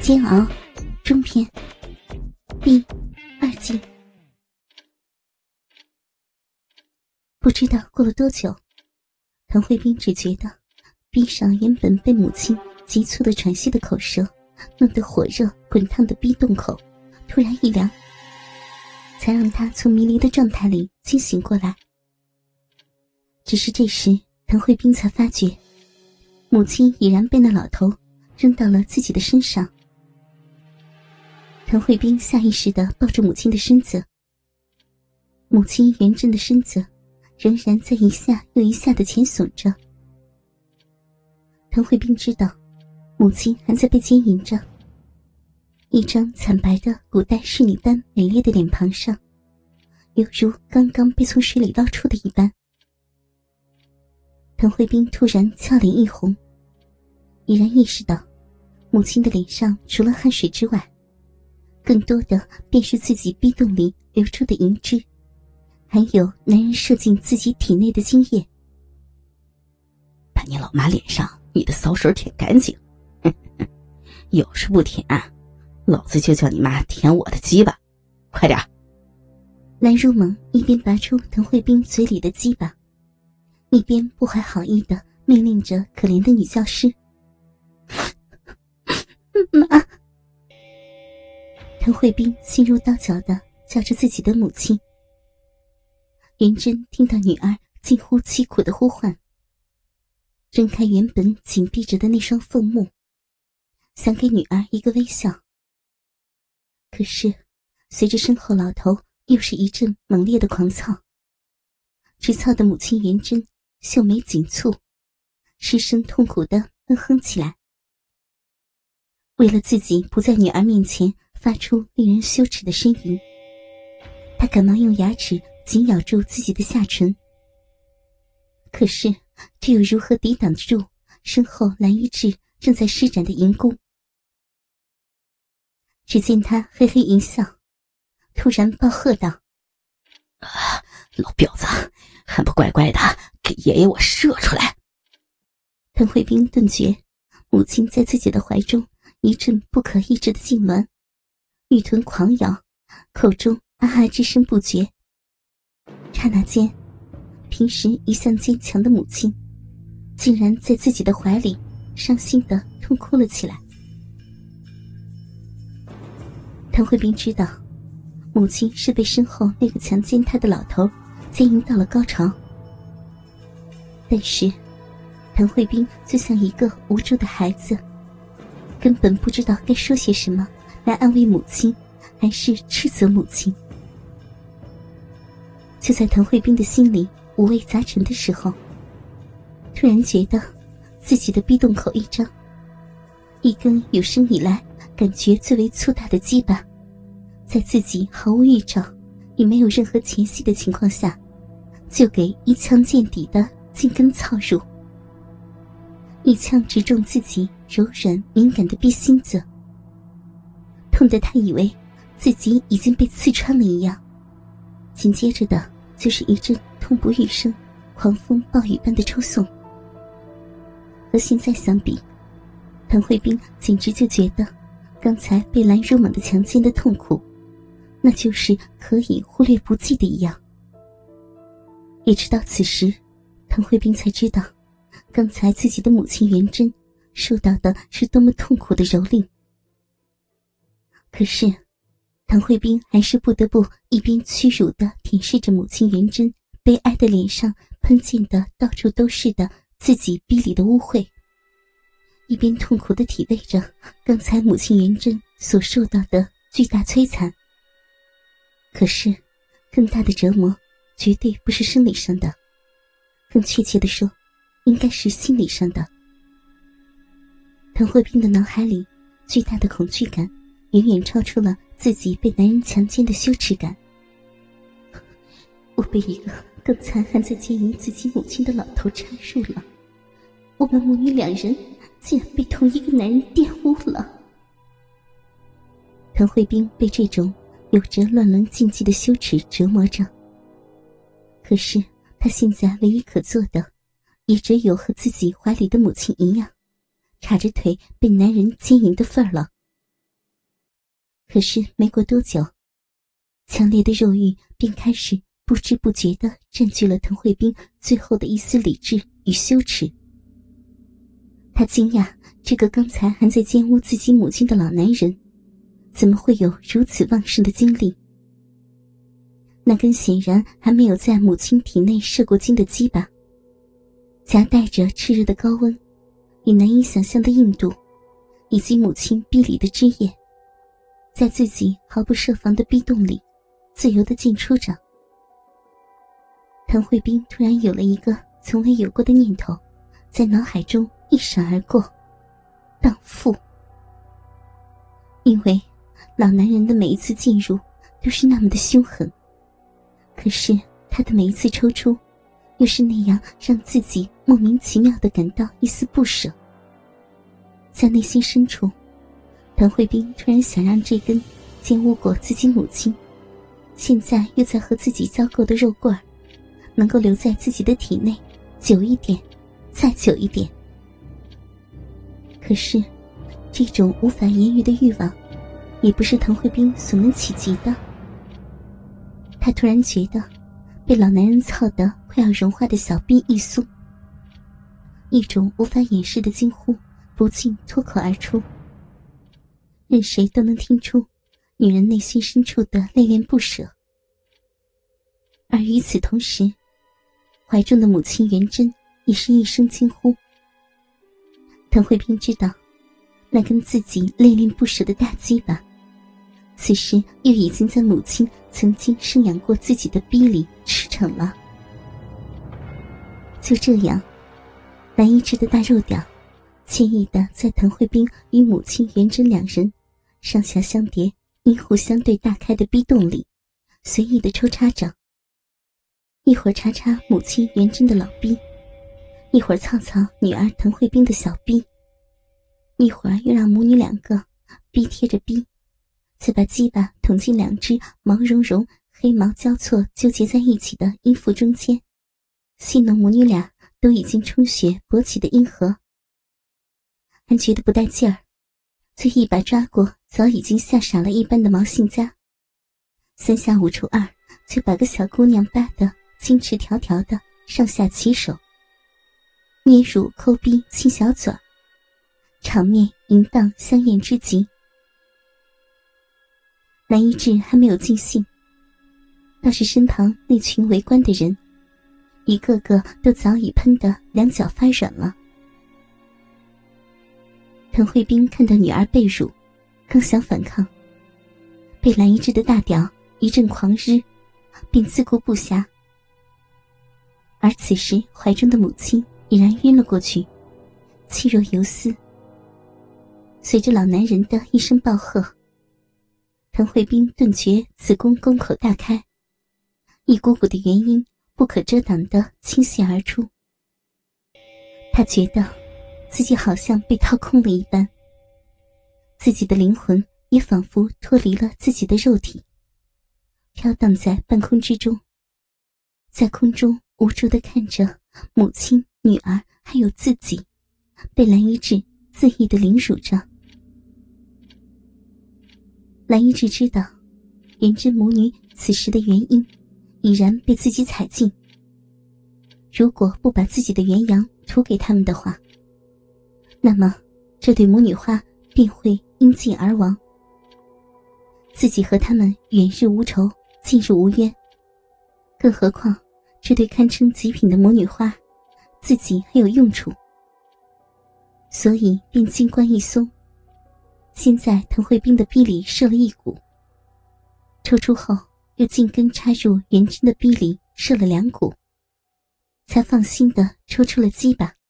煎熬中篇第2季。不知道过了多久，滕慧彬只觉得逼上原本被母亲急促的喘息的口舌弄得火热滚烫的逼洞口突然一凉，才让他从迷离的状态里惊醒过来。只是这时滕慧彬才发觉母亲已然被那老头扔到了自己的身上。滕慧彬下意识地抱住母亲的身子，母亲圆正的身子仍然在一下又一下地前耸着。滕慧彬知道母亲还在被奸淫着，一张惨白的古代仕女般美丽的脸庞上犹如刚刚被从水里捞出的一般。滕慧彬突然俏脸一红，已然意识到母亲的脸上除了汗水之外，更多的便是自己逼洞里流出的银汁，还有男人射进自己体内的精液。 把你老妈脸上你的骚水舔干净，有事不舔，老子就叫你妈舔我的鸡巴，快点！ 蓝如蒙一边拔出滕慧彬嘴里的鸡巴，一边不怀好意地命令着可怜的女教师。妈！滕慧彬心如刀绞地叫着自己的母亲。元贞听到女儿近乎凄苦的呼唤，睁开原本紧闭着的那双凤目，想给女儿一个微笑。可是随着身后老头又是一阵猛烈的狂操，直操的母亲元贞秀眉紧蹙，失声痛苦地闷哼起来。为了自己不在女儿面前发出令人羞耻的呻吟，她赶忙用牙齿紧咬住自己的下唇。可是这又如何抵挡得住身后蓝衣质正在施展的淫功？只见他嘿嘿一笑，突然暴喝道： 老婊子，还不乖乖的给爷爷我射出来！ 滕慧彬顿觉母亲在自己的怀中一阵不可抑制的痉挛，玉臀狂摇，口中啊啊之声不绝。刹那间，平时一向坚强的母亲竟然在自己的怀里伤心地痛哭了起来。滕慧彬知道母亲是被身后那个强奸她的老头奸淫到了高潮，但是滕慧彬就像一个无助的孩子，根本不知道该说些什么来安慰母亲还是斥责母亲。就在滕慧彬的心里五味杂陈的时候，突然觉得自己的逼洞口一张，一根有生以来感觉最为粗大的鸡巴在自己毫无预兆也没有任何前戏的情况下就给一枪见底的进根操入，一枪直中自己柔软敏感的逼心子，痛得他以为自己已经被刺穿了一样。紧接着的就是一阵痛不欲生、狂风暴雨般的抽送。和现在相比，滕慧彬简直就觉得刚才被蓝如猛的强奸的痛苦那就是可以忽略不计的一样。也直到此时，滕慧彬才知道刚才自己的母亲元贞受到的是多么痛苦的蹂躏。可是滕慧彬还是不得不一边屈辱地舔舐着母亲元贞悲哀的脸上喷溅的到处都是的自己逼里的污秽，一边痛苦地体味着刚才母亲元贞所受到的巨大摧残。可是更大的折磨绝对不是生理上的，更确切地说应该是心理上的。滕慧彬的脑海里巨大的恐惧感远远超出了自己被男人强奸的羞耻感。我被一个刚才还在奸淫自己母亲的老头插入了，我们母女两人竟然被同一个男人玷污了。滕慧彬被这种有着乱伦禁忌的羞耻折磨着，可是他现在唯一可做的也只有和自己怀里的母亲一样，叉着腿被男人奸淫的份儿了。 可是没过多久，强烈的肉欲便开始不知不觉地占据了滕慧冰最后的一丝理智与羞耻。他惊讶这个刚才还在奸污自己母亲的老男人怎么会有如此旺盛的精力。那根显然还没有在母亲体内射过精的鸡巴，夹带着炽热的高温与难以想象的硬度，以及母亲逼里的汁液，在自己毫不设防的逼洞里自由地进出着。滕慧冰突然有了一个从未有过的念头，在脑海中一闪而过：荡妇。因为老男人的每一次进入都是那么的凶狠，可是他的每一次抽出又是那样让自己莫名其妙地感到一丝不舍。在内心深处，滕慧冰突然想让这根奸污过自己母亲，现在又在和自己交媾的肉棍儿能够留在自己的体内久一点，再久一点。可是这种无法言喻的欲望也不是滕慧冰所能企及的。她突然觉得被老男人操得快要融化的小臂一酥，一种无法掩饰的惊呼不禁脱口而出，任谁都能听出女人内心深处的恋恋不舍。而与此同时，怀中的母亲元贞也是一声惊呼。滕慧冰知道那跟自己恋恋不舍的大鸡巴此时又已经在母亲曾经生养过自己的逼里驰骋了。就这样，蓝一志的大肉屌惬意地在滕慧冰与母亲元贞两人上下相叠、阴户相对大开的逼洞里随意地抽插着，一会儿插插母亲元贞的老逼，一会儿操操女儿滕慧冰的小逼，一会儿又让母女两个逼贴着逼，再把鸡巴捅进两只毛茸茸、黑毛交错纠结在一起的阴腹中间，戏弄母女俩都已经充血勃起的阴核。还觉得不带劲儿，就一把抓过早已经吓傻了一般的毛信家，三下五除二就把个小姑娘扒得矜持条条的上下其手，捏乳抠逼亲小嘴，场面淫荡香艳之极。蓝一志还没有尽兴，倒是身旁那群围观的人一个个都早已喷得两脚发软了。滕慧冰看到女儿被辱，刚想反抗，被蓝一志的大屌一阵狂日，便自顾不暇。而此时怀中的母亲已然晕了过去，气若游丝。随着老男人的一声暴喝，滕慧冰顿觉子宫宫口大开，一股股的元阴不可遮挡地倾泻而出。她觉得自己好像被掏空了一般，自己的灵魂也仿佛脱离了自己的肉体，飘荡在半空之中，在空中无助地看着母亲、女儿还有自己被蓝一志恣意地凌辱着。蓝一志知道元贞母女此时的元阴已然被自己踩尽，如果不把自己的元阳吐给他们的话，那么这对母女花便会因尽而亡。自己和他们远日无仇，近日无冤，更何况这对堪称极品的母女花自己还有用处。所以便金冠一松，先在滕慧冰的逼里射了一股，抽出后又尽根插入元贞的逼里射了2股，才放心地抽出了鸡巴。